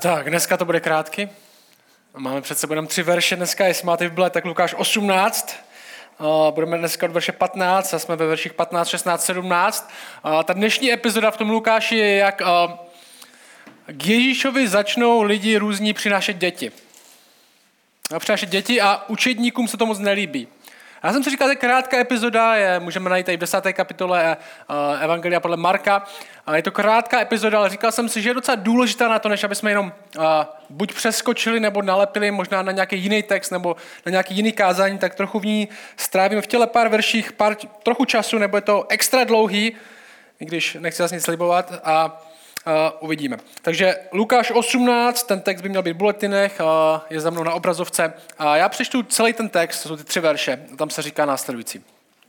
Tak, dneska to bude krátký. Máme před sebou jenom 3 verše. Dneska, jestli máte v Biblii, tak Lukáš 18. Budeme dneska od verše 15 a jsme ve verších 15, 16, 17. Ta dnešní epizoda v tom Lukáši je, jak k Ježíšovi začnou lidi různí přinášet děti. Přinášet děti a učedníkům se to moc nelíbí. A já jsem si říkal, že krátká epizoda, můžeme najít i v 10. kapitole Evangelia podle Marka. Je to krátká epizoda, ale říkal jsem si, že je docela důležitá na to, než aby jsme jenom buď přeskočili, nebo nalepili možná na nějaký jiný text, nebo na nějaký jiný kázání, tak trochu v ní strávíme v těle pár verších, trochu času, nebo je to extra dlouhý, i když nechci zase nic slibovat, a uvidíme. Takže Lukáš 18, ten text by měl být v bulletinech, je za mnou na obrazovce. A já přečtu celý ten text, to jsou ty 3 verše, tam se říká následující.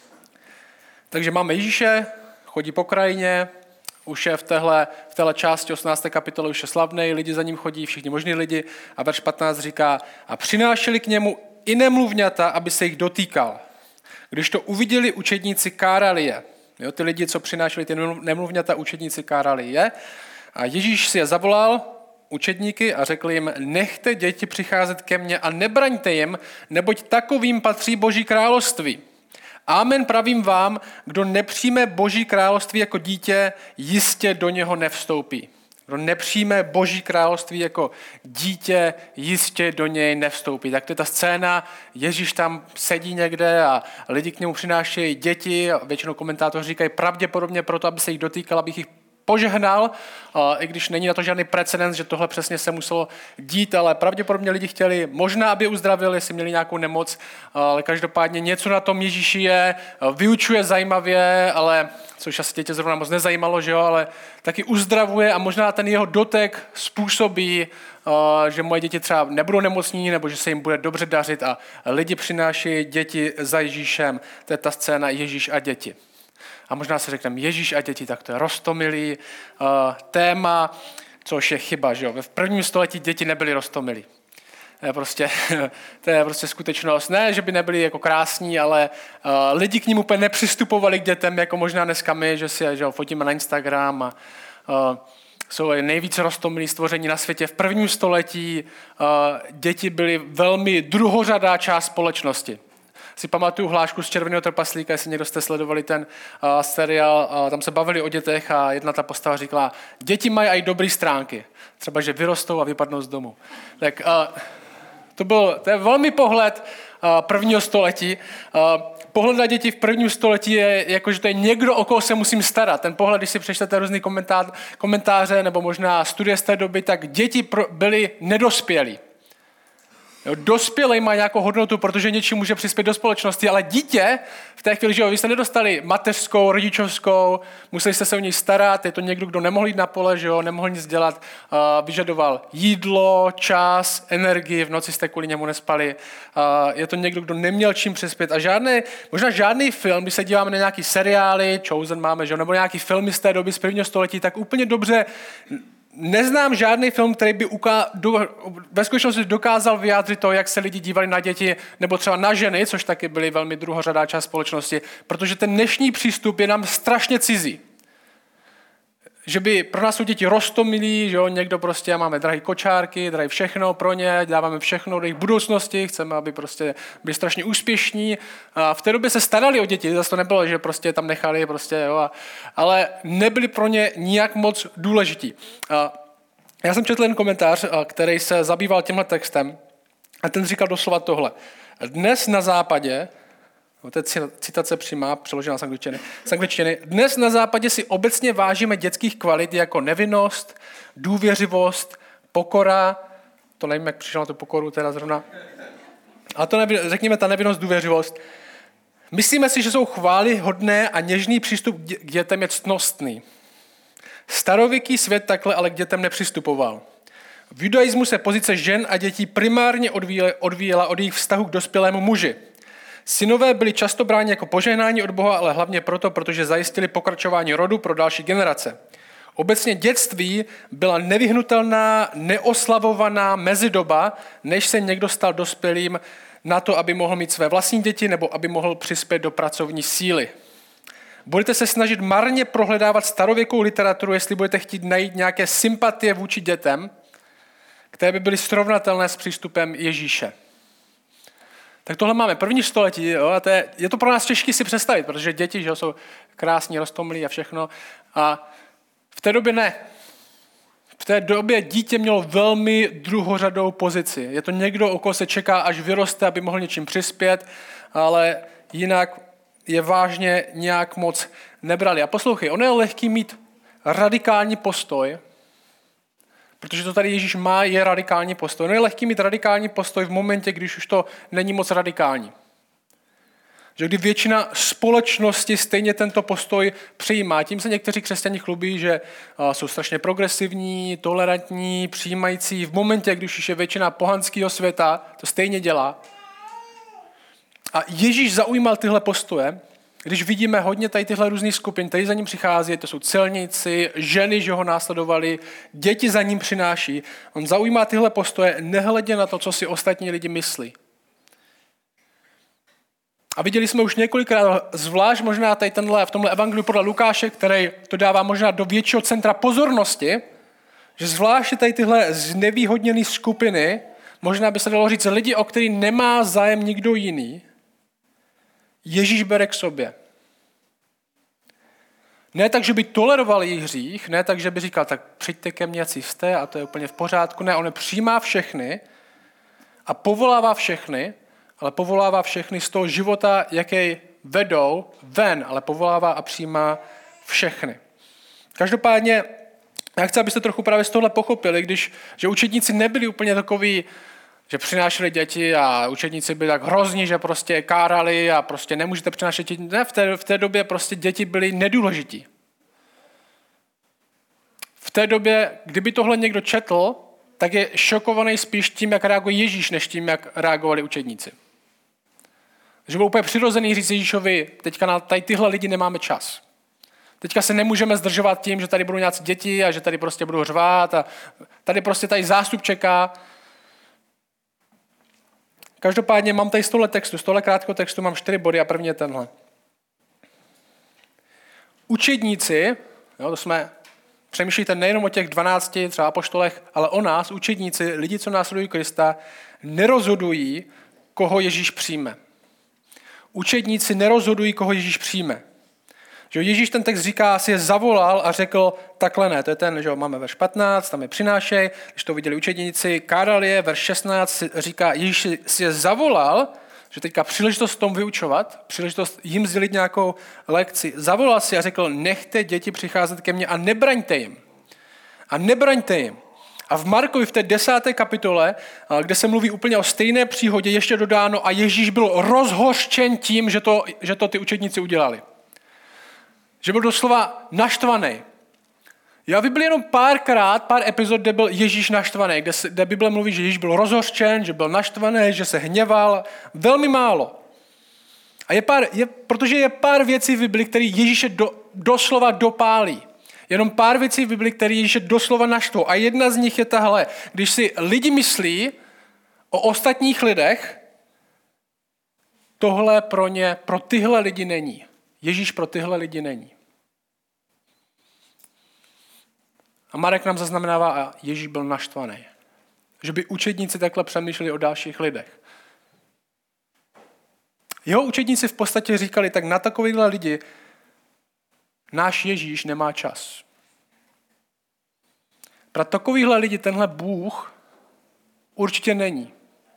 Takže máme Ježíše, chodí po krajině, už je v téhle části 18. kapitoly už je slavnej, lidi za ním chodí, všichni možní lidi. A verš 15 říká, a přinášeli k němu i nemluvňata, aby se jich dotýkal. Když to uviděli, učedníci kárali je. Jo, ty lidi, co přinášeli ty nemluvňata, učedníci kárali je. A Ježíš si je zavolal, učedníky, a řekl jim, nechte děti přicházet ke mně a nebraňte jim, neboť takovým patří Boží království. Amen, pravím vám, kdo nepřijme Boží království jako dítě, jistě do něho nevstoupí. Kdo nepřijme Boží království jako dítě, jistě do něj nevstoupí. Tak to je ta scéna, Ježíš tam sedí někde a lidi k němu přinášejí děti, většinou komentátoři říkají pravděpodobně proto, aby se jich dotýkal, abych jich požehnal, i když není na to žádný precedens, že tohle přesně se muselo dít, ale pravděpodobně lidi chtěli možná, aby uzdravili, jestli měli nějakou nemoc, ale každopádně něco na tom Ježíši je, vyučuje zajímavě, ale což asi dětě zrovna moc nezajímalo, že jo, ale taky uzdravuje a možná ten jeho dotek způsobí, že moje děti třeba nebudou nemocní, nebo že se jim bude dobře dařit a lidi přináší děti za Ježíšem. To je ta scéna Ježíš a děti. A možná si řekneme Ježíš a děti, tak to je roztomilý téma, což je chyba, že jo. V 1. století děti nebyly roztomilí. To je prostě skutečnost. Ne, že by nebyli jako krásní, ale lidi k ním úplně nepřistupovali k dětem, jako možná dneska my, že si že jo, fotíme na Instagram a jsou nejvíce roztomilí stvoření na světě. V 1. století děti byly velmi druhořadá část společnosti. Si pamatuju hlášku z Červeného trpaslíka, jestli někdo jste sledovali ten seriál, tam se bavili o dětech a jedna ta postava říkala, děti mají i dobré stránky, třeba že vyrostou a vypadnou z domu. Tak to je velmi pohled 1. století. Pohled na děti v 1. století je jako, že to je někdo, o koho se musím starat. Ten pohled, když si přečtete různý komentáře nebo možná studie z té doby, tak děti byly nedospělí. Jo, dospělý má nějakou hodnotu, protože něčím může přispět do společnosti, ale dítě v té chvíli, že vy jste nedostali mateřskou, rodičovskou, museli jste se o něj starat, je to někdo, kdo nemohl jít na pole, že jo, nemohl nic dělat, vyžadoval jídlo, čas, energii, v noci jste kvůli němu nespali, je to někdo, kdo neměl čím přispět a možná žádný film, když se díváme na nějaký seriály, Chosen máme, že jo, nebo nějaký filmy z té doby z 1. století, tak úplně dobře neznám žádný film, který by ve skutečnosti dokázal vyjádřit to, jak se lidi dívali na děti, nebo třeba na ženy, což taky byly velmi druhořadá část společnosti, protože ten dnešní přístup je nám strašně cizí. Že by pro nás jsou děti roztomilí, že jo, někdo prostě máme drahý kočárky, drahý všechno pro ně, dáváme všechno do jejich budoucnosti, chceme, aby prostě byli strašně úspěšní. A v té době se starali o děti, zase to nebylo, že prostě tam nechali, prostě, jo, ale nebyli pro ně nijak moc důležití. Já jsem četl jen komentář, který se zabýval tímhle textem a ten říkal doslova tohle. Dnes na západě, to je citace přímá, přeložená z angličtiny. Dnes na západě si obecně vážíme dětských kvalit jako nevinnost, důvěřivost, pokora, to nevím, jak přišel na tu pokoru teda zrovna, a to řekněme ta nevinnost, důvěřivost. Myslíme si, že jsou chvályhodné a něžný přístup k dětem je ctnostný. Starověký svět takhle ale k dětem nepřistupoval. V judaismu se pozice žen a dětí primárně odvíjela od jejich vztahu k dospělému muži. Synové byli často bráni jako požehnání od Boha, ale hlavně proto, protože zajistili pokračování rodu pro další generace. Obecně dětství byla nevyhnutelná, neoslavovaná mezidoba, než se někdo stal dospělým na to, aby mohl mít své vlastní děti nebo aby mohl přispět do pracovní síly. Budete se snažit marně prohledávat starověkou literaturu, jestli budete chtít najít nějaké sympatie vůči dětem, které by byly srovnatelné s přístupem Ježíše. Tak tohle máme první století, jo, a je to pro nás těžké si představit, protože děti, že jo, jsou krásní, roztomlí a všechno. A v té době ne. V té době dítě mělo velmi druhořadou pozici. Je to někdo, o koho se čeká, až vyroste, aby mohl něčím přispět, ale jinak je vážně nějak moc nebrali. A poslouchej, ono je lehký mít radikální postoj, protože to tady Ježíš má, je radikální postoj. Ono je lehký mít radikální postoj v momentě, když už to není moc radikální. Že kdy většina společnosti stejně tento postoj přijímá. Tím se někteří křesťané chlubí, že jsou strašně progresivní, tolerantní, přijímající. V momentě, když už je většina pohanského světa, to stejně dělá. A Ježíš zaujímal tyhle postoje, když vidíme hodně tady tyhle různých skupin, tady za ním přichází, to jsou celníci, ženy, že ho následovali, děti za ním přináší. On zaujímá tyhle postoje, nehledě na to, co si ostatní lidi myslí. A viděli jsme už několikrát, zvlášť možná tady v tomhle evangeliu podle Lukáše, který to dává možná do většího centra pozornosti, že zvláště tady tyhle znevýhodněné skupiny, možná by se dalo říct lidi, o který nemá zájem nikdo jiný, Ježíš bere k sobě. Ne tak, že by toleroval jejich hřích, ne tak, že by říkal, tak přijďte ke mně, jak jste a to je úplně v pořádku. Ne, on je přijímá všechny a povolává všechny, ale povolává všechny z toho života, jaký vedou ven, ale povolává a přijímá všechny. Každopádně, já chci, abyste trochu právě z tohle pochopili, že učedníci nebyli úplně takový, že přinášeli děti a učedníci byli tak hrozní, že prostě kárali a prostě nemůžete přinášet děti. Ne, v té době prostě děti byly nedůležití. V té době, kdyby tohle někdo četl, tak je šokovaný spíš tím, jak reaguje Ježíš, než tím, jak reagovali učedníci. Že bylo úplně přirozený říct Ježíšovi, teďka na tady tyhle lidi nemáme čas. Teďka se nemůžeme zdržovat tím, že tady budou nějací děti a že tady prostě budou řvát a tady zástup čeká. Každopádně mám tady z tohle krátkého textu mám 4 body a první je tenhle. Učedníci, jo, to jsme, přemýšlíte nejenom o těch 12 třeba apoštolech, ale o nás, učedníci, lidi, co následují Krista, nerozhodují, koho Ježíš přijme. Učedníci nerozhodují, koho Ježíš přijme. Že Ježíš ten text říká, si je zavolal a řekl, takhle ne, to je ten, že máme verš 15, tam je přinášej, když to viděli učedníci, kádal je, verš 16 říká, Ježíš si je zavolal, že teďka příležitost tomu vyučovat, příležitost jim sdělit nějakou lekci, zavolal si a řekl, nechte děti přicházet ke mně a nebraňte jim. A nebraňte jim. A v Markovi v té 10. kapitole, kde se mluví úplně o stejné příhodě, ještě dodáno a Ježíš byl rozhořčen tím, že to ty učedníci udělali. Že byl doslova naštvaný. Já Bible jenom pár epizod, kde byl Ježíš naštvaný, kde Bible mluví, že Ježíš byl rozhořčen, že byl naštvaný, že se hněval. Velmi málo. A protože je pár věcí v Bibli, které Ježíše doslova dopálí. Jenom pár věcí v Bibli, které Ježíše doslova naštvou. A jedna z nich je tahle. Když si lidi myslí o ostatních lidech, tohle pro tyhle lidi není. Ježíš pro tyhle lidi není. A Marek nám zaznamenává, a Ježíš byl naštvaný. Že by učedníci takhle přemýšleli o dalších lidech. Jeho učedníci v podstatě říkali, tak na takovýhle lidi náš Ježíš nemá čas. Pro takovýhle lidi tenhle Bůh určitě není.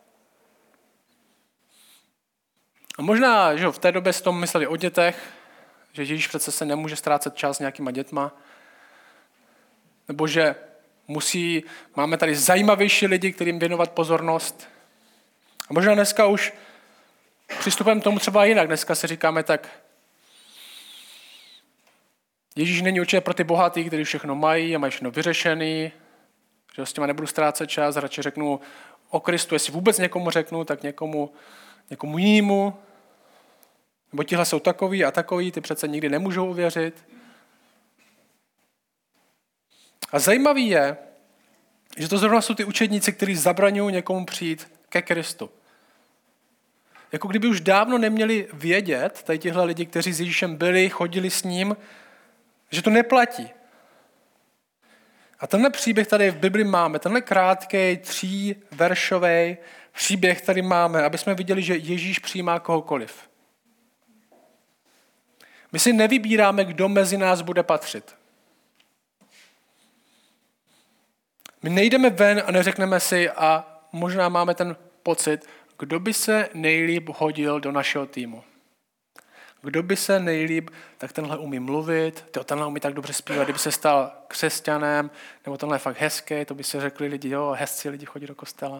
A možná, že v té době s tom mysleli o dětech, že Ježíš přece se nemůže ztrácet čas s nějakýma dětma, nebo že máme tady zajímavější lidi, kterým věnovat pozornost. A možná dneska už přistupujeme tomu třeba jinak. Dneska si říkáme tak, Ježíš není určitě pro ty bohatý, kteří všechno mají a mají všechno vyřešený, že s těma nebudu ztrácet čas, radši řeknu o Kristu, jestli vůbec někomu řeknu, tak někomu jinému. Nebo tihle jsou takový a takový, ty přece nikdy nemůžou uvěřit. A zajímavý je, že to zrovna jsou ty učedníci, kteří zabraňují někomu přijít ke Kristu. Jako kdyby už dávno neměli vědět, tady tihle lidi, kteří s Ježíšem byli, chodili s ním, že to neplatí. A tenhle příběh tady v Bibli máme, tenhle krátký 3veršový příběh tady máme, aby jsme viděli, že Ježíš přijímá kohokoliv. My si nevybíráme, kdo mezi nás bude patřit. My nejdeme ven a neřekneme si, a možná máme ten pocit, kdo by se nejlíp hodil do našeho týmu. Kdo by se nejlíp, tak tenhle umí mluvit, tenhle umí tak dobře zpívat, kdyby se stal křesťanem, nebo tenhle je fakt hezký, to by se řekli lidi, jo, hezcí lidi chodí do kostela.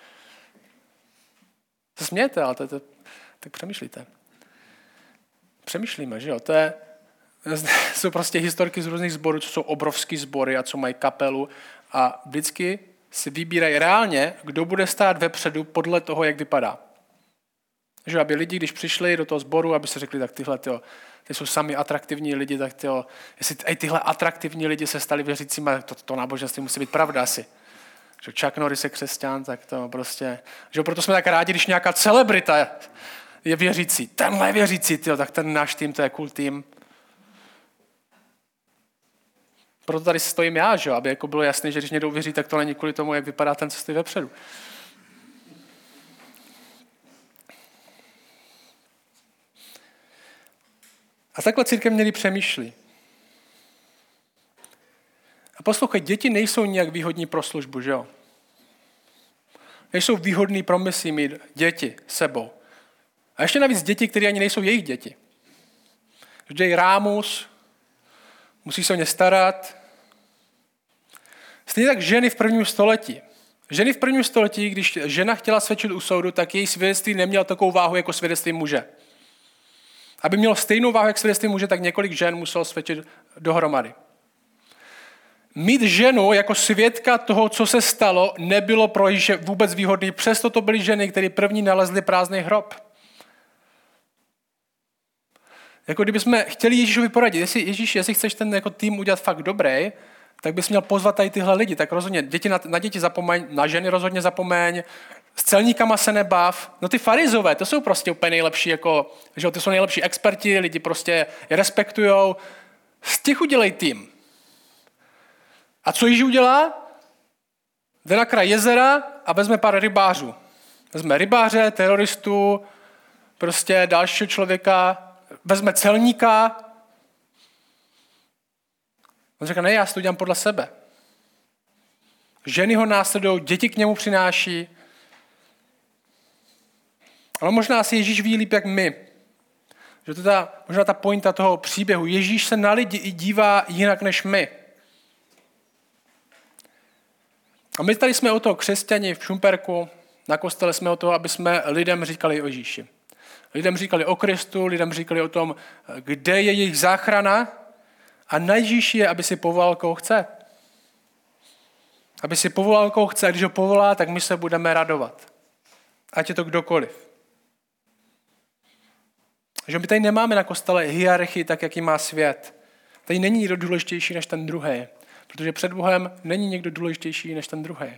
Se smějete, ale tak přemýšlíte. Přemýšlíme, že jo, jsou prostě historky z různých sborů, co jsou obrovský sbory a co mají kapelu a vždycky si vybírají reálně, kdo bude stát vepředu podle toho, jak vypadá. Že aby lidi, když přišli do toho sboru, aby se řekli, tak ty jsou sami atraktivní lidi, tak jestli tyhle atraktivní lidi se stali věřícími, to náboženství musí být pravda asi. Že Chuck Norris je křesťan, tak to prostě, že proto jsme tak rádi, když nějaká celebrita je věřící. Tenhle je věřící, tak ten náš tým, to je cool tým. Proto tady stojím já, že? Aby jako bylo jasné, že když někdo uvěří, tak to není kvůli tomu, jak vypadá ten, co stojí vepředu. A takhle církev měli přemýšlí. A poslouchej, děti nejsou nijak výhodní pro službu, že jo? Nejsou výhodný pro mysli mít děti sebou. A ještě navíc děti, které ani nejsou jejich děti. Když dějí rámus, musí se o ně starat. Stejně tak ženy v prvním století. Ženy v prvním století, když žena chtěla svědčit u soudu, tak její svědectví nemělo takovou váhu jako svědectví muže. Aby mělo stejnou váhu jak svědectví muže, tak několik žen muselo svědčit dohromady. Mít ženu jako svědka toho, co se stalo, nebylo pro Ježíše vůbec výhodný. Přesto to byly ženy, které první nalezly prázdný hrob. Jako kdybychom chtěli Ježíšovi poradit, jestli chceš ten jako tým udělat fakt dobrý, tak bys měl pozvat tady tyhle lidi. Tak rozhodně na děti zapomeň, na ženy rozhodně zapomeň, s celníkama se nebav. No ty farizové, to jsou prostě úplně nejlepší, jako, že ty jsou nejlepší experti, lidi prostě je respektujou. Z těch udělej tým. A co Ježíš udělá? Jde na kraj jezera a vezme pár rybářů. Vezme rybáře, teroristů, prostě dalšího člověka, vezme celníka. On říká, ne, já si to dělám podle sebe. Ženy ho následují, děti k němu přináší. Ale možná si Ježíš ví líp jak my. Že to je možná ta pointa toho příběhu. Ježíš se na lidi i dívá jinak než my. A my tady jsme o toho křesťani v Šumperku, na kostele jsme o toho, aby jsme lidem říkali o Ježíši. Lidem říkali o Kristu, lidem říkali o tom, kde je jejich záchrana a na Ježíši je, aby si povolal, koho chce. Aby si povolal, koho chce a když ho povolá, tak my se budeme radovat. Ať je to kdokoliv. Že my tady nemáme na kostele hierarchii tak, jaký má svět. Tady není nikdo důležitější než ten druhý. Protože před Bohem není někdo důležitější než ten druhý.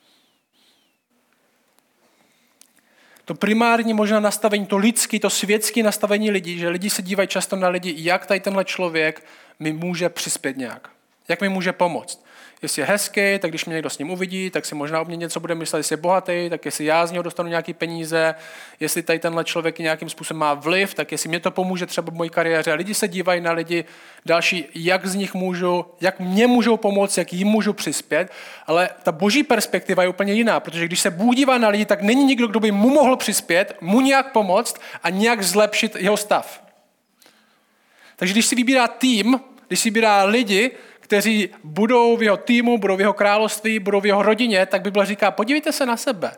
To primární možná nastavení, to lidský, to světský nastavení lidí, že lidi se dívají často na lidi, jak tady tenhle člověk mi může přispět nějak. Jak mi může pomoct. Jestli je hezký, tak když mě někdo s ním uvidí, tak si možná o mě něco bude myslet, jestli je bohatý, tak jestli já z něho dostanu nějaký peníze, jestli tady tenhle člověk nějakým způsobem má vliv, tak jestli mě to pomůže třeba v mojí kariéře. A lidi se dívají na lidi další, jak z nich můžu, jak mě můžou pomoct, jak jim můžu přispět, ale ta boží perspektiva je úplně jiná, protože když se Bůh dívá na lidi, tak není nikdo, kdo by mu mohl přispět, mu nějak pomoct a nějak zlepšit jeho stav. Takže když si vybírá tým, když si vybírá lidi, kteří budou v jeho týmu, budou v jeho království, budou v jeho rodině, tak Bible říká, podívejte se na sebe.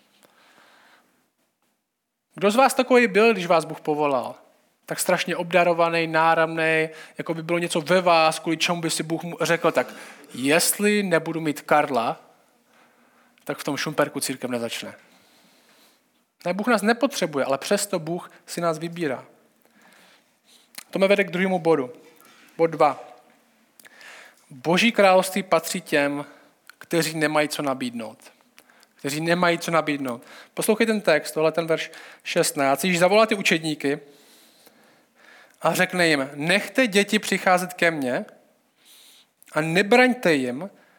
Kdo z vás takový byl, když vás Bůh povolal? Tak strašně obdarovaný, náramný, jako by bylo něco ve vás, kvůli čemu by si Bůh řekl, tak jestli nebudu mít Karla, tak v tom Šumperku církev nezačne. Ne, Bůh nás nepotřebuje, ale přesto Bůh si nás vybírá. To mě vede k druhému bodu. Bod 2. Boží království patří těm, kteří nemají co nabídnout. Kteří nemají co nabídnout. Poslouchej ten text, tohle ten verš 16. Již zavolá ty učedníky a řekne jim, nechte děti přicházet ke mně a nebraňte jim,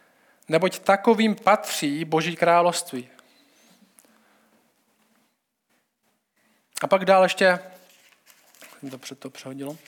neboť takovým patří Boží království. A pak dál ještě, dobře to přehodilo,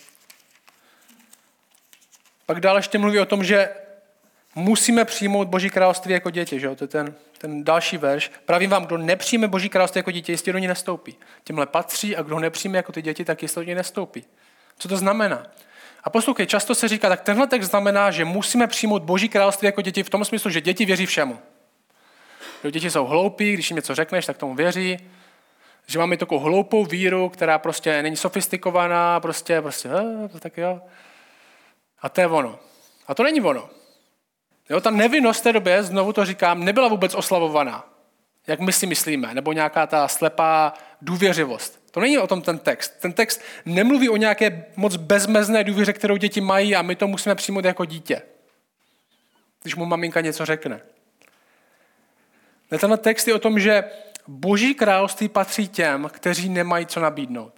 pak dál ještě mluví o tom, že musíme přijmout Boží království jako děti. Že? To je ten další verš. Pravím vám, kdo nepřijme Boží království jako dítě, jistě do ní nestoupí. Tímhle patří a kdo nepřijme jako ty děti, tak jistě do ní nestoupí. Co to znamená? A poslouchej, často se říká, tak tenhle text znamená, že musíme přijmout Boží království jako děti v tom smyslu, že děti věří všemu. Že děti jsou hloupí, když jim něco řekneš, tak tomu věří. Že máme takovou hloupou víru, která prostě není sofistikovaná, prostě tak jo. A to je ono. A to není ono. Jo, ta nevinnost v té době, znovu to říkám, nebyla vůbec oslavovaná, jak my si myslíme, nebo nějaká ta slepá důvěřivost. To není o tom ten text. Ten text nemluví o nějaké moc bezmezné důvěře, kterou děti mají a my to musíme přijmout jako dítě, když mu maminka něco řekne. Tenhle text je o tom, že Boží království patří těm, kteří nemají co nabídnout.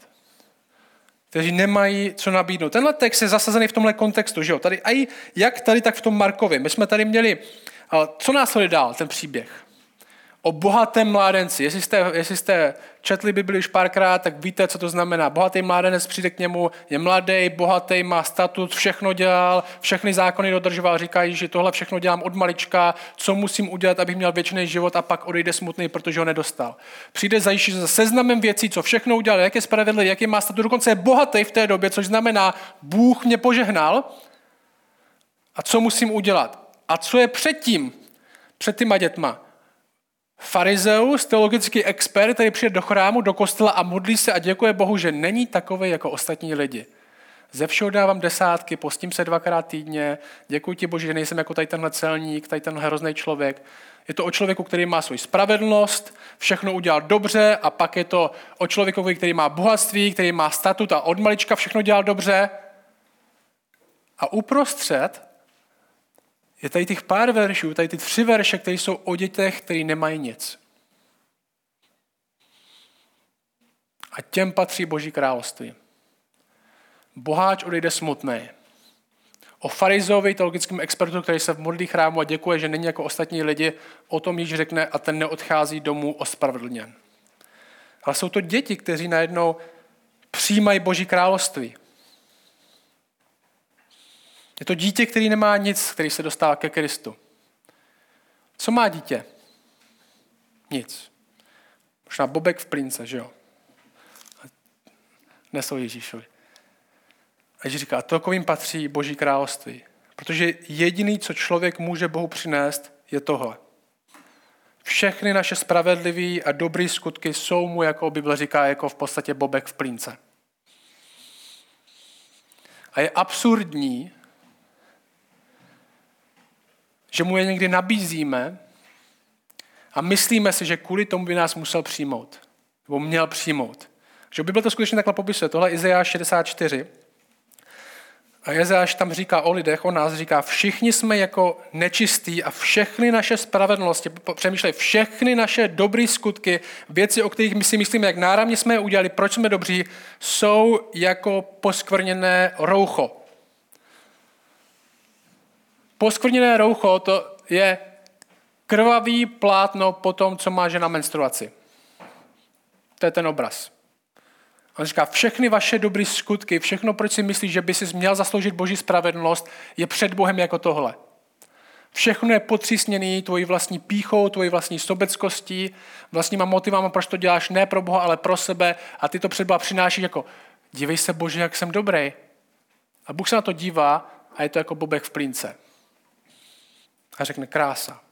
Tenhle text je zasazený v tomhle kontextu, že jo? Tady, a jak tady, tak v tom Markovi. My jsme tady měli, co následuje dál, ten příběh? O bohatém mládenci. Jestli jste četli Bibli už párkrát, tak víte, co to znamená. Bohatý mládenec přijde k němu, je mladý, bohatý, má statut, všechno dělal, všechny zákony dodržoval, říkají, že tohle všechno dělám od malička, co musím udělat, abych měl věčný život a pak odejde smutný, protože ho nedostal. Přijde za Ježíš se seznamem věcí, co všechno udělal, jak je spravedlivý, jaký má statut, dokonce je bohatý v té době, což znamená, Bůh mě požehnal a co musím udělat. A co je předtím, před těma dětma? Farizeus, teologický expert, který přijde do chrámu, do kostela a modlí se a děkuje Bohu, že není takový jako ostatní lidi. Ze všeho dávám desátky, postím se 2krát týdně, děkuji ti Bože, že nejsem jako tady tenhle celník, tady tenhle hrozný člověk. Je to o člověku, který má svou spravedlnost, všechno udělal dobře a pak je to o člověku, který má bohatství, který má statut a od malička všechno dělal dobře. A uprostřed je tady těch pár veršů, tady ty 3 verše, které jsou o dětech, který nemají nic. A těm patří Boží království. Boháč odejde smutný. O farizeovi, teologickém expertu, který se modlí chrámu a děkuje, že není jako ostatní lidi, o tom již řekne a ten neodchází domů ospravedlněn. Ale jsou to děti, kteří najednou přijímají Boží království. Je to dítě, který nemá nic, který se dostává ke Kristu. Co má dítě? Nic. Možná bobek v plínce, že jo? Nesou Ježíšovi. A Ježíš říká, takovým patří Boží království. Protože jediný, co člověk může Bohu přinést, je tohle. Všechny naše spravedlivé a dobré skutky jsou mu, jako Bible říká, jako v podstatě bobek v plínce. A je absurdní, že mu je někdy nabízíme a myslíme si, že kvůli tomu by nás musel přijmout. Nebo měl přijmout. Že Bible to skutečně takhle popisuje. Tohle je Izajáš 64. A Izajáš tam říká o lidech, o nás říká, všichni jsme jako nečistí a všechny naše spravedlnosti, přemýšlej, všechny naše dobré skutky, věci, o kterých my si myslíme, jak náramně jsme je udělali, proč jsme dobří, jsou jako poskvrněné roucho. Poskvrněné roucho to je krvavý plátno po tom, co má žena menstruaci. To je ten obraz. On říká, všechny vaše dobré skutky, všechno, proč si myslíš, že by si měl zasloužit Boží spravedlnost, je před Bohem jako tohle. Všechno je potřísněný tvojí vlastní pýchou, tvojí vlastní sobeckostí, vlastníma motivama, proč to děláš ne pro Boha, ale pro sebe a ty to před Boha přinášíš jako, dívej se Bože, jak jsem dobrý. A Bůh se na to dívá a je to jako bobek v plínce. A řekne krása.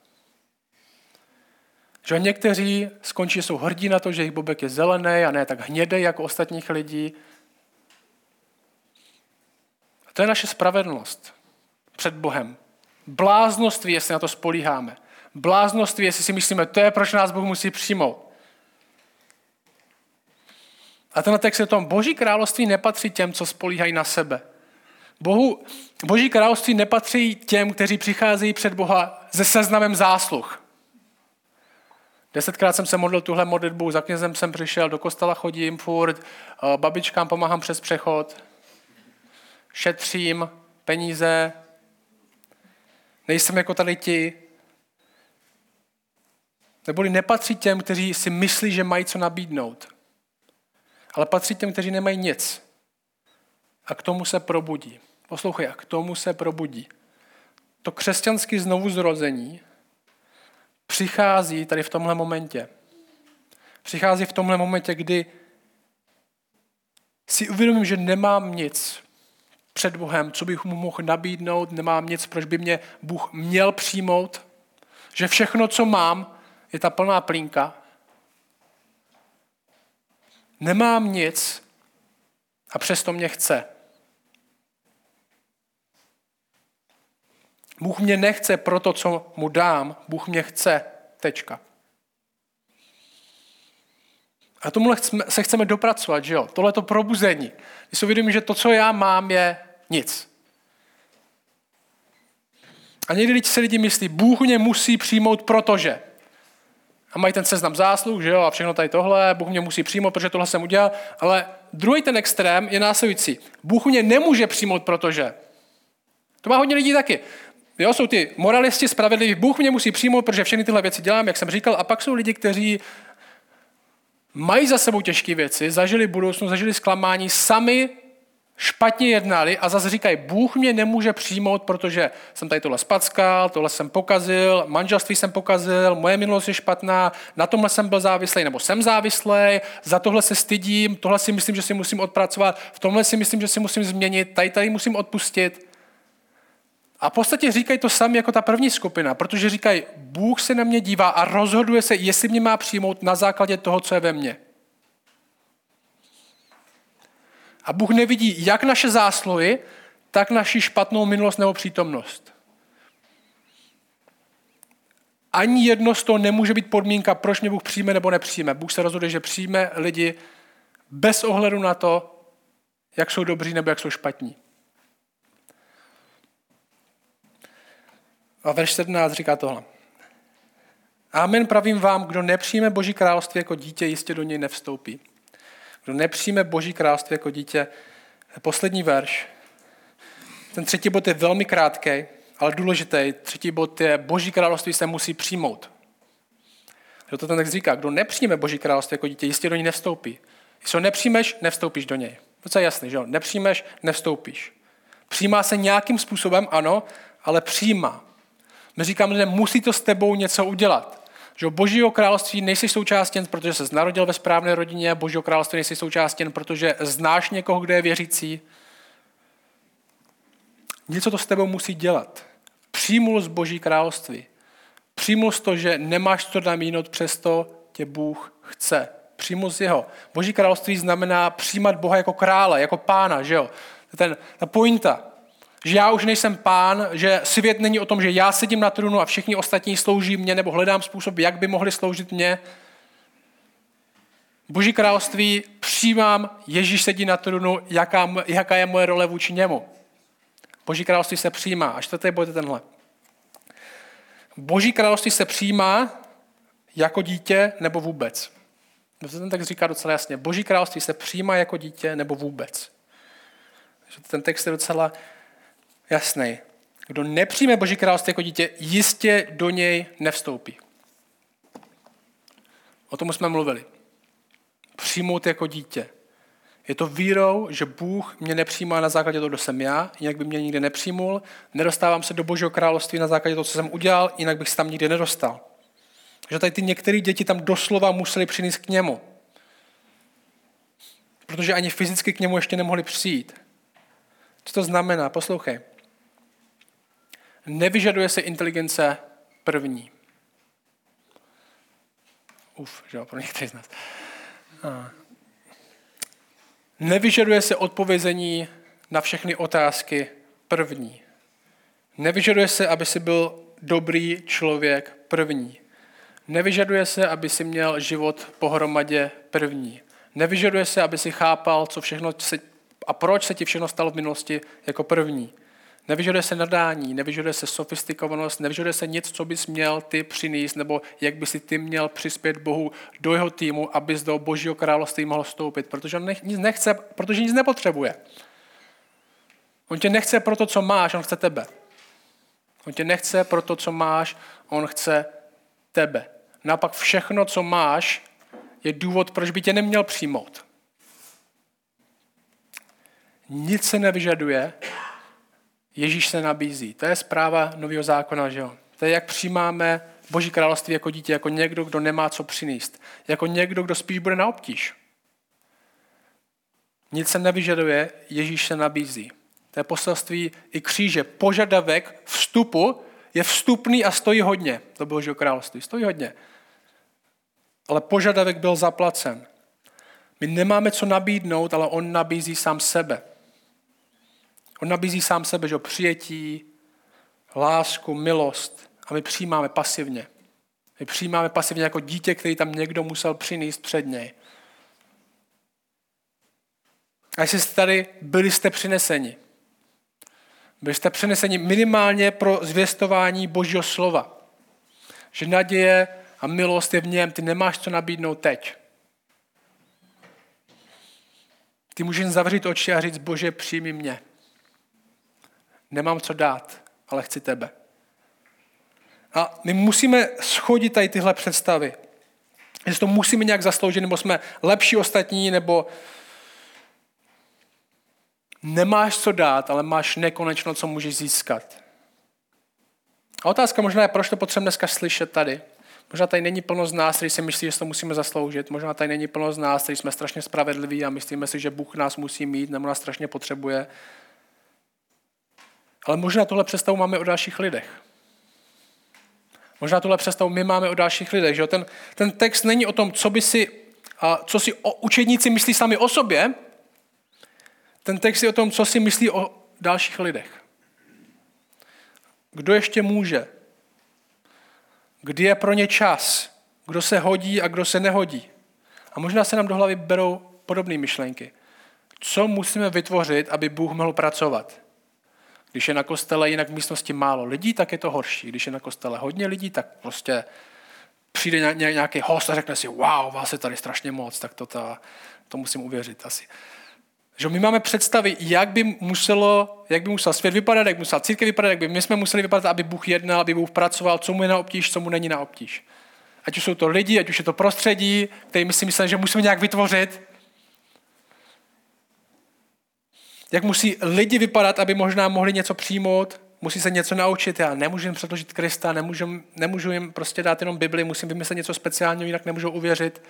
Že někteří skončí, jsou hrdí na to, že jejich bobek je zelený a ne tak hnědej jako ostatních lidí. A to je naše spravedlnost před Bohem. Bláznoství, jestli na to spolíháme. Bláznoství, jestli si myslíme, to je, proč nás Bůh musí přijmout. A tenhle text je o tom, Boží království nepatří těm, co spolíhají na sebe. Boží království nepatří těm, kteří přicházejí před Boha se seznamem zásluh. 10krát jsem se modlil tuhle modlitbu, za knězem jsem přišel, do kostela chodím furt, babičkám pomáhám přes přechod, šetřím peníze, nejsem jako tady ti. Neboli nepatří těm, kteří si myslí, že mají co nabídnout. Ale patří těm, kteří nemají nic. A k tomu se probudí. Poslouchej, a k tomu se probudí. To křesťanské znovuzrození přichází tady v tomhle momentě. Přichází v tomhle momentě, kdy si uvědomím, že nemám nic před Bohem, co bych mu mohl nabídnout, nemám nic, proč by mě Bůh měl přijmout, že všechno, co mám, je ta plná plínka. Nemám nic a přesto mě chce. Bůh mě nechce pro to, co mu dám, Bůh mě chce. Tečka. A tomuhle se chceme dopracovat, že jo? Tohleto probuzení. Když si uvědomím, že to, co já mám, je nic. A někdy si lidi myslí, Bůh mě musí přijmout, protože. A mají ten seznam zásluh, že jo, a všechno tady tohle, Bůh mě musí přijmout, protože tohle jsem udělal, ale druhý ten extrém je následující. Bůh mě nemůže přijmout, protože. To má hodně lidí taky. Jo, jsou ty moralisti spravedliví, Bůh mě musí přijmout, protože všechny tyhle věci dělám, jak jsem říkal, a pak jsou lidi, kteří mají za sebou těžké věci, zažili budoucnost, zažili zklamání, sami špatně jednali a zase říkají, Bůh mě nemůže přijmout, protože jsem tady tohle spackal, tohle jsem pokazil, manželství jsem pokazil, moje minulost je špatná, na tomhle jsem byl závislý nebo jsem závislý, za tohle se stydím, tohle si myslím, že si musím odpracovat, v tomhle si myslím, že si musím změnit, tady musím odpustit. A v podstatě říkají to sami jako ta první skupina, protože říkají, Bůh se na mě dívá a rozhoduje se, jestli mě má přijmout na základě toho, co je ve mně. A Bůh nevidí jak naše zásluhy, tak naši špatnou minulost nebo přítomnost. Ani jedno z toho nemůže být podmínka, proč mě Bůh přijme nebo nepřijme. Bůh se rozhoduje, že přijme lidi bez ohledu na to, jak jsou dobří nebo jak jsou špatní. A verš 17 říká tohle. Amen, pravím vám, kdo nepřijme Boží království jako dítě, jistě do něj nevstoupí. Kdo nepřijme Boží království jako dítě, poslední verš. Ten třetí bod je velmi krátký, ale důležitý. Třetí bod je, Boží království se musí přijmout. Kdo to ten text říká, kdo nepřijme Boží království jako dítě, jistě do něj nevstoupí. Když ho nepřijmeš, nevstoupíš do něj. To je jasný, že jo? Nepřijmeš, nevstoupíš. Přijímá se nějakým způsobem, ano, ale přijímá. My říkáme, že musí to s tebou něco udělat. Že Božího království nejsi součástí, protože se narodil ve správné rodině, Božího království nejsi součástí, protože znáš někoho, kdo je věřící. Něco to s tebou musí dělat. Přijmul z Boží království. Přijmul z to, že nemáš to namínat, přesto tě Bůh chce. Přijmul z jeho. Boží království znamená přijímat Boha jako krále, jako pána, že jo? Ta pointa. Že já už nejsem pán, že svět není o tom, že já sedím na trůnu a všichni ostatní slouží mě, nebo hledám způsob, jak by mohli sloužit mě. Boží království přijímám, Ježíš sedí na trůnu, jaká je moje role vůči němu. Boží království se přijímá. A čtvrtý bod je tenhle. Boží království se přijímá jako dítě nebo vůbec. Ten text říká docela jasně. Boží království se přijímá jako dítě nebo vůbec. Ten text je docela jasný. Kdo nepřijme Boží království jako dítě, jistě do něj nevstoupí. O tom jsme mluvili. Přijmout jako dítě. Je to vírou, že Bůh mě nepřijímá na základě toho, kdo jsem já, jinak by mě nikdy nepřijmul. Nedostávám se do Božího království na základě toho, co jsem udělal, jinak bych se tam nikdy nedostal. Že tady ty některé děti tam doslova museli přinést k němu. Protože ani fyzicky k němu ještě nemohli přijít. Co to znamená? Poslouchej. Nevyžaduje se inteligence první. Že jo, pro některý z nás. Nevyžaduje se odpovězení na všechny otázky první. Nevyžaduje se, aby si byl dobrý člověk první. Nevyžaduje se, aby si měl život pohromadě první. Nevyžaduje se, aby si chápal, co všechno a proč se ti všechno stalo v minulosti jako první. Nevyžaduje se nadání, nevyžaduje se sofistikovanost, nevyžaduje se nic, co bys měl ty přinést, nebo jak by si ty měl přispět Bohu do jeho týmu, abys do Božího království mohl vstoupit, protože on nic nechce, protože nic nepotřebuje. On tě nechce pro to, co máš, on chce tebe. On tě nechce pro to, co máš, on chce tebe. Naopak všechno, co máš, je důvod, proč by tě neměl přijmout. Nic se nevyžaduje, Ježíš se nabízí. To je zpráva Nového zákona, že jo? To je, jak přijímáme Boží království jako dítě, jako někdo, kdo nemá co přinést. Jako někdo, kdo spíš bude na obtíž. Nic se nevyžaduje, Ježíš se nabízí. To je poselství i kříže. Požadavek vstupu je vstupný a stojí hodně do Božího království. Stojí hodně. Ale požadavek byl zaplacen. My nemáme co nabídnout, ale on nabízí sám sebe. On nabízí sám sebe, že přijetí, lásku, milost a my přijímáme pasivně. My přijímáme pasivně jako dítě, který tam někdo musel přinést před něj. A jestli jste tady, byli jste přineseni. Byli jste přineseni minimálně pro zvěstování Božího slova. Že naděje a milost je v něm, ty nemáš co nabídnout teď. Ty můžeš zavřít oči a říct, Bože, přijmi mě. Nemám co dát, ale chci tebe. A my musíme shodit tady tyhle představy. Jestli to musíme nějak zasloužit, nebo jsme lepší ostatní, nebo nemáš co dát, ale máš nekonečno, co můžeš získat. A otázka možná je, proč to potřebujeme dneska slyšet tady. Možná tady není plno z nás, kteří si myslí, že to musíme zasloužit. Možná tady není plno z nás, kteří jsme strašně spravedliví a myslíme si, že Bůh nás musí mít, nebo nás strašně potřebuje. Ale možná tuhle představu máme o dalších lidech. Možná tuhle představu my máme o dalších lidech. Že? Ten text není o tom, co si učedníci myslí sami o sobě. Ten text je o tom, co si myslí o dalších lidech. Kdo ještě může? Kdy je pro ně čas? Kdo se hodí a kdo se nehodí? A možná se nám do hlavy berou podobné myšlenky. Co musíme vytvořit, aby Bůh mohl pracovat? Když je na kostele jinak v místnosti málo lidí, tak je to horší. Když je na kostele hodně lidí, tak prostě přijde nějaký host a řekne si, wow, vás je tady strašně moc, tak to musím uvěřit asi. Že my máme představy, jak by musel svět vypadat, jak by musela církev vypadat, jak by my jsme museli vypadat, aby Bůh jednal, aby Bůh pracoval, co mu je na obtíž, co mu není na obtíž. Ať už jsou to lidi, ať už je to prostředí, který my si myslíme, že musíme nějak vytvořit. Jak musí lidi vypadat, aby možná mohli něco přijmout, musí se něco naučit. Já nemůžu jim předložit Krista, nemůžu jim prostě dát jenom Bibli, musím vymyslet něco speciálního, jinak nemůžou uvěřit.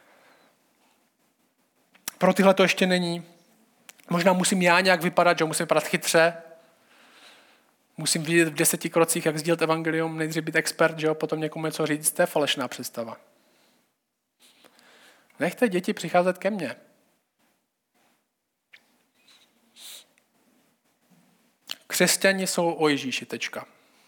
Pro tyhle to ještě není. Možná musím já nějak vypadat, že musím vypadat chytře. Musím vidět v 10 krocích, jak sdílet evangelium, nejdřív být expert, že jo, potom někomu něco říct. To je falešná představa. Nechte děti přicházet ke mně. Křesťani jsou o Ježíši, tečka.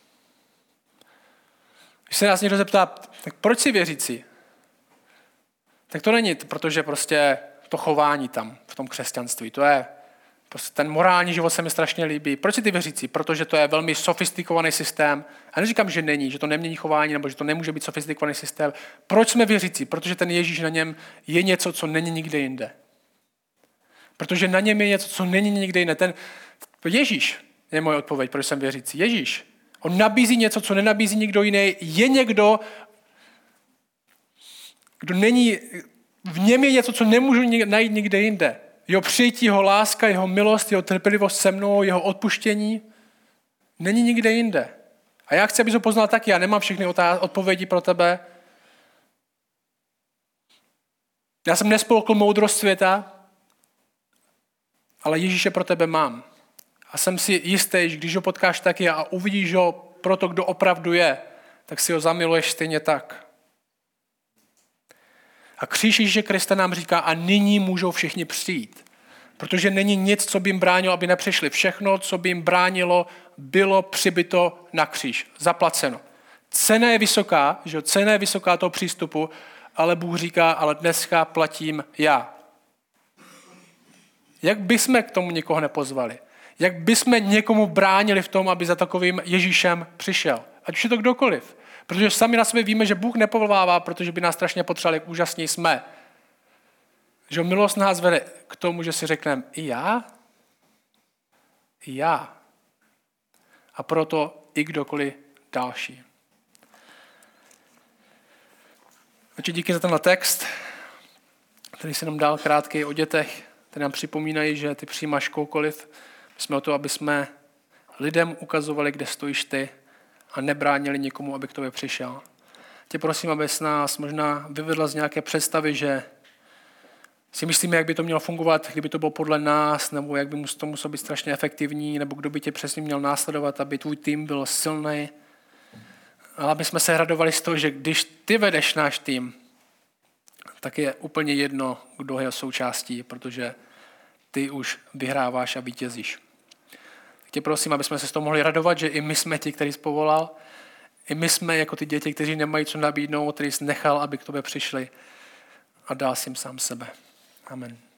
Když se nás někdo zeptá, tak proč si věřící? Tak to není, protože prostě to chování tam, v tom křesťanství, to je, prostě ten morální život se mi strašně líbí. Proč si ty věřící? Protože to je velmi sofistikovaný systém. A neříkám, že není, že to nemění chování, nebo že to nemůže být sofistikovaný systém. Proč jsme věřící? Protože ten Ježíš na něm je něco, co není nikde jinde. Protože na něm je něco, co není nikde jinde. Ten Ježíš je moje odpověď, proč jsem věřící. Ježíš. On nabízí něco, co nenabízí nikdo jiný. Je někdo, kdo není, v něm je něco, co nemůžu najít nikde jinde. Jeho přijetí, jeho láska, jeho milost, jeho trpělivost se mnou, jeho odpuštění není nikde jinde. A já chci, abys ho poznal taky. Já nemám všechny odpovědi pro tebe. Já jsem nespolkl moudrost světa, ale Ježíše pro tebe mám. A jsem si jistý, že když ho potkáš taky a uvidíš ho pro to, kdo opravdu je, tak si ho zamiluješ stejně tak. A kříž Ježíše Krista nám říká, a nyní můžou všichni přijít. Protože není nic, co by jim bránilo, aby nepřišli. Všechno, co by jim bránilo, bylo přibyto na kříž. Zaplaceno. Cena je vysoká, že cena je vysoká toho přístupu, ale Bůh říká, ale dneska platím já. Jak bychom k tomu někoho nepozvali? Jak bychom někomu bránili v tom, aby za takovým Ježíšem přišel? Ať už je to kdokoliv. Protože sami na sobě víme, že Bůh nepovolává, protože by nás strašně potřebovali, jak úžasní jsme. Že milost nás vede k tomu, že si řekneme, i já? I já. A proto i kdokoliv další. Takže díky za tenhle text, který si nám dal krátký o dětech, který nám připomínají, že ty přijímáš koukoliv. My jsme o to, aby jsme lidem ukazovali, kde stojíš ty a nebránili nikomu, aby k tobě přišel. Tě prosím, abys nás možná vyvedla z nějaké představy, že si myslíme, jak by to mělo fungovat, kdyby to bylo podle nás, nebo jak by to muselo být strašně efektivní, nebo kdo by tě přesně měl následovat, aby tvůj tým byl silný. Ale aby jsme se radovali z toho, že když ty vedeš náš tým, tak je úplně jedno, kdo je součástí, protože ty už vyhráváš a vítězíš. Tak tě prosím, aby jsme se z toho mohli radovat, že i my jsme ti, který jsi povolal, i my jsme jako ty děti, kteří nemají co nabídnout, který jsi nechal, aby k tobě přišli a dal jsi jim sám sebe. Amen.